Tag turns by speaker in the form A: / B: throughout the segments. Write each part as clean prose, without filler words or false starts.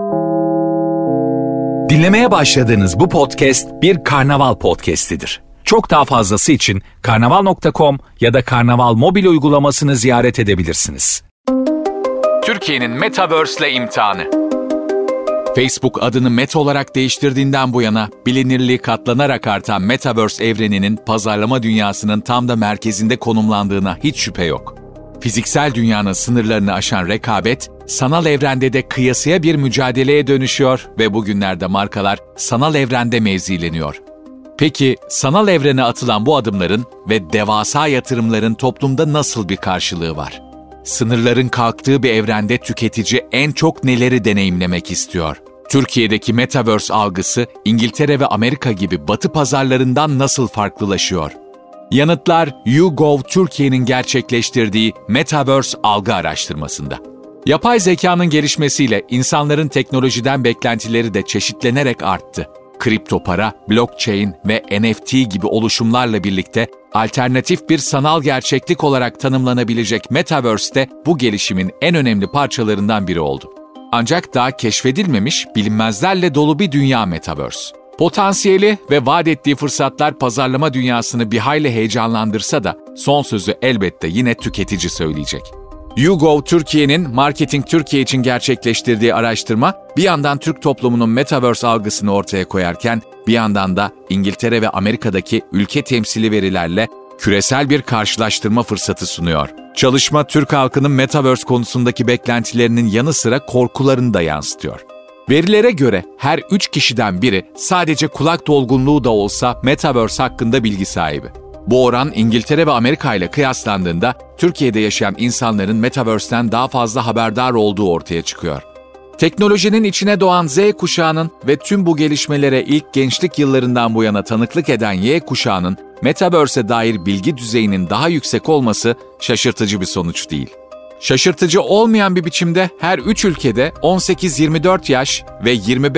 A: Dinlemeye başladığınız bu podcast bir Karnaval podcastidir. Çok daha fazlası için karnaval.com ya da Karnaval mobil uygulamasını ziyaret edebilirsiniz. Türkiye'nin Metaverse'le imtihanı. Facebook adını Meta olarak değiştirdiğinden bu yana bilinirliği katlanarak artan Metaverse evreninin pazarlama dünyasının tam da merkezinde konumlandığına hiç şüphe yok. Fiziksel dünyanın sınırlarını aşan rekabet, sanal evrende de kıyasıya bir mücadeleye dönüşüyor ve bugünlerde markalar sanal evrende mevzileniyor. Peki sanal evrene atılan bu adımların ve devasa yatırımların toplumda nasıl bir karşılığı var? Sınırların kalktığı bir evrende tüketici en çok neleri deneyimlemek istiyor? Türkiye'deki Metaverse algısı İngiltere ve Amerika gibi Batı pazarlarından nasıl farklılaşıyor? Yanıtlar YouGov Türkiye'nin gerçekleştirdiği Metaverse algı araştırmasında. Yapay zekanın gelişmesiyle insanların teknolojiden beklentileri de çeşitlenerek arttı. Kripto para, blockchain ve NFT gibi oluşumlarla birlikte alternatif bir sanal gerçeklik olarak tanımlanabilecek Metaverse de bu gelişimin en önemli parçalarından biri oldu. Ancak daha keşfedilmemiş, bilinmezlerle dolu bir dünya Metaverse. Potansiyeli ve vaat ettiği fırsatlar pazarlama dünyasını bir hayli heyecanlandırsa da son sözü elbette yine tüketici söyleyecek. YouGov Türkiye'nin Marketing Türkiye için gerçekleştirdiği araştırma bir yandan Türk toplumunun Metaverse algısını ortaya koyarken bir yandan da İngiltere ve Amerika'daki ülke temsili verilerle küresel bir karşılaştırma fırsatı sunuyor. Çalışma Türk halkının Metaverse konusundaki beklentilerinin yanı sıra korkularını da yansıtıyor. Verilere göre her 3 kişiden biri sadece kulak dolgunluğu da olsa Metaverse hakkında bilgi sahibi. Bu oran İngiltere ve Amerika ile kıyaslandığında Türkiye'de yaşayan insanların Metaverse'ten daha fazla haberdar olduğu ortaya çıkıyor. Teknolojinin içine doğan Z kuşağının ve tüm bu gelişmelere ilk gençlik yıllarından bu yana tanıklık eden Y kuşağının Metaverse'e dair bilgi düzeyinin daha yüksek olması şaşırtıcı bir sonuç değil. Şaşırtıcı olmayan bir biçimde her 3 ülkede 18-24 yaş ve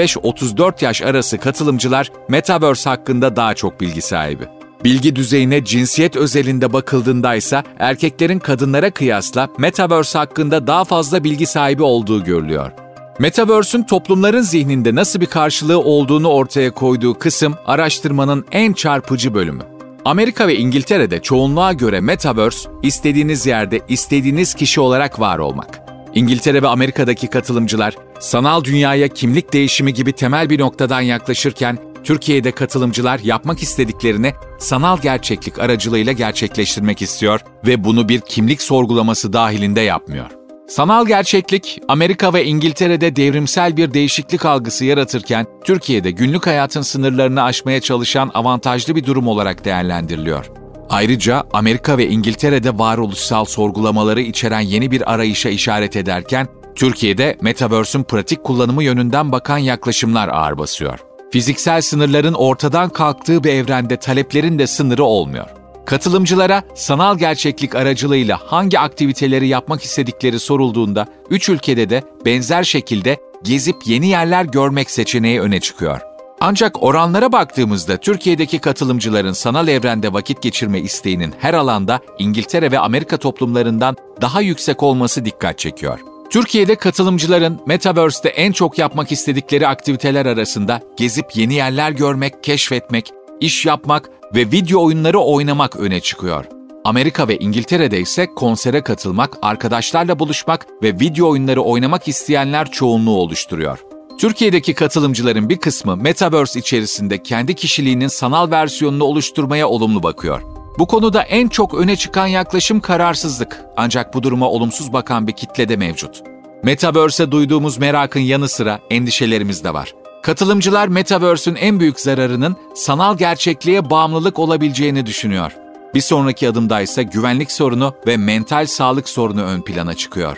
A: 25-34 yaş arası katılımcılar Metaverse hakkında daha çok bilgi sahibi. Bilgi düzeyine cinsiyet özelinde bakıldığında ise erkeklerin kadınlara kıyasla Metaverse hakkında daha fazla bilgi sahibi olduğu görülüyor. Metaverse'ün toplumların zihninde nasıl bir karşılığı olduğunu ortaya koyduğu kısım araştırmanın en çarpıcı bölümü. Amerika ve İngiltere'de çoğunluğa göre Metaverse, istediğiniz yerde, istediğiniz kişi olarak var olmak. İngiltere ve Amerika'daki katılımcılar, sanal dünyaya kimlik değişimi gibi temel bir noktadan yaklaşırken, Türkiye'de katılımcılar yapmak istediklerini sanal gerçeklik aracılığıyla gerçekleştirmek istiyor ve bunu bir kimlik sorgulaması dahilinde yapmıyor. Sanal gerçeklik, Amerika ve İngiltere'de devrimsel bir değişiklik algısı yaratırken, Türkiye'de günlük hayatın sınırlarını aşmaya çalışan avantajlı bir durum olarak değerlendiriliyor. Ayrıca Amerika ve İngiltere'de varoluşsal sorgulamaları içeren yeni bir arayışa işaret ederken, Türkiye'de Metaverse'ün pratik kullanımı yönünden bakan yaklaşımlar ağır basıyor. Fiziksel sınırların ortadan kalktığı bir evrende taleplerin de sınırı olmuyor. Katılımcılara sanal gerçeklik aracılığıyla hangi aktiviteleri yapmak istedikleri sorulduğunda 3 ülkede de benzer şekilde gezip yeni yerler görmek seçeneği öne çıkıyor. Ancak oranlara baktığımızda Türkiye'deki katılımcıların sanal evrende vakit geçirme isteğinin her alanda İngiltere ve Amerika toplumlarından daha yüksek olması dikkat çekiyor. Türkiye'de katılımcıların Metaverse'de en çok yapmak istedikleri aktiviteler arasında gezip yeni yerler görmek, keşfetmek, iş yapmak ve video oyunları oynamak öne çıkıyor. Amerika ve İngiltere'de ise konsere katılmak, arkadaşlarla buluşmak ve video oyunları oynamak isteyenler çoğunluğu oluşturuyor. Türkiye'deki katılımcıların bir kısmı Metaverse içerisinde kendi kişiliğinin sanal versiyonunu oluşturmaya olumlu bakıyor. Bu konuda en çok öne çıkan yaklaşım kararsızlık. Ancak bu duruma olumsuz bakan bir kitle de mevcut. Metaverse'e duyduğumuz merakın yanı sıra endişelerimiz de var. Katılımcılar Metaverse'ün en büyük zararının sanal gerçekliğe bağımlılık olabileceğini düşünüyor. Bir sonraki adımda ise güvenlik sorunu ve mental sağlık sorunu ön plana çıkıyor.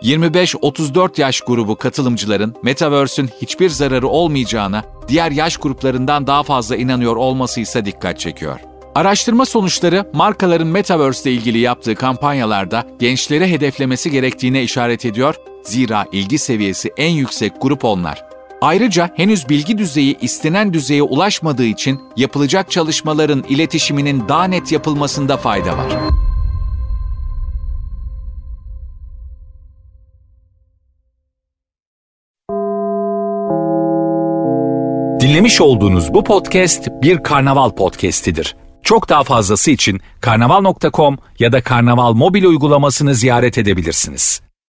A: 25-34 yaş grubu katılımcıların Metaverse'ün hiçbir zararı olmayacağına diğer yaş gruplarından daha fazla inanıyor olması ise dikkat çekiyor. Araştırma sonuçları markaların Metaverse ile ilgili yaptığı kampanyalarda gençleri hedeflemesi gerektiğine işaret ediyor. Zira ilgi seviyesi en yüksek grup onlar. Ayrıca henüz bilgi düzeyi istenen düzeye ulaşmadığı için yapılacak çalışmaların iletişiminin daha net yapılmasında fayda var. Dinlemiş olduğunuz bu podcast bir Karnaval podcastidir. Çok daha fazlası için karnaval.com ya da Karnaval mobil uygulamasını ziyaret edebilirsiniz.